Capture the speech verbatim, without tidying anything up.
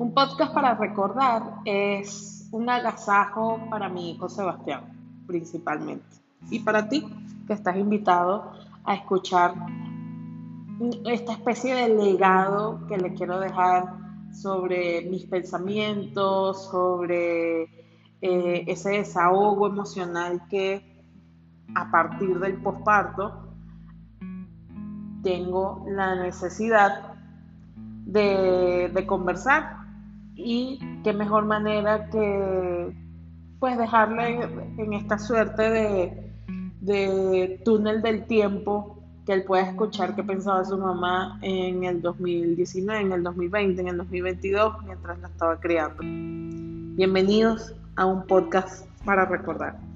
Un podcast para recordar es un agasajo para mi hijo Sebastián, principalmente. Y para ti, que estás invitado a escuchar esta especie de legado que le quiero dejar sobre mis pensamientos, sobre eh, ese desahogo emocional que a partir del posparto tengo la necesidad de, de conversar, y qué mejor manera que pues dejarle en esta suerte de, de túnel del tiempo, que él pueda escuchar qué pensaba su mamá en el dos mil diecinueve, en el dos mil veinte, en el dos mil veintidós, mientras la estaba criando. Bienvenidos a un podcast para recordar.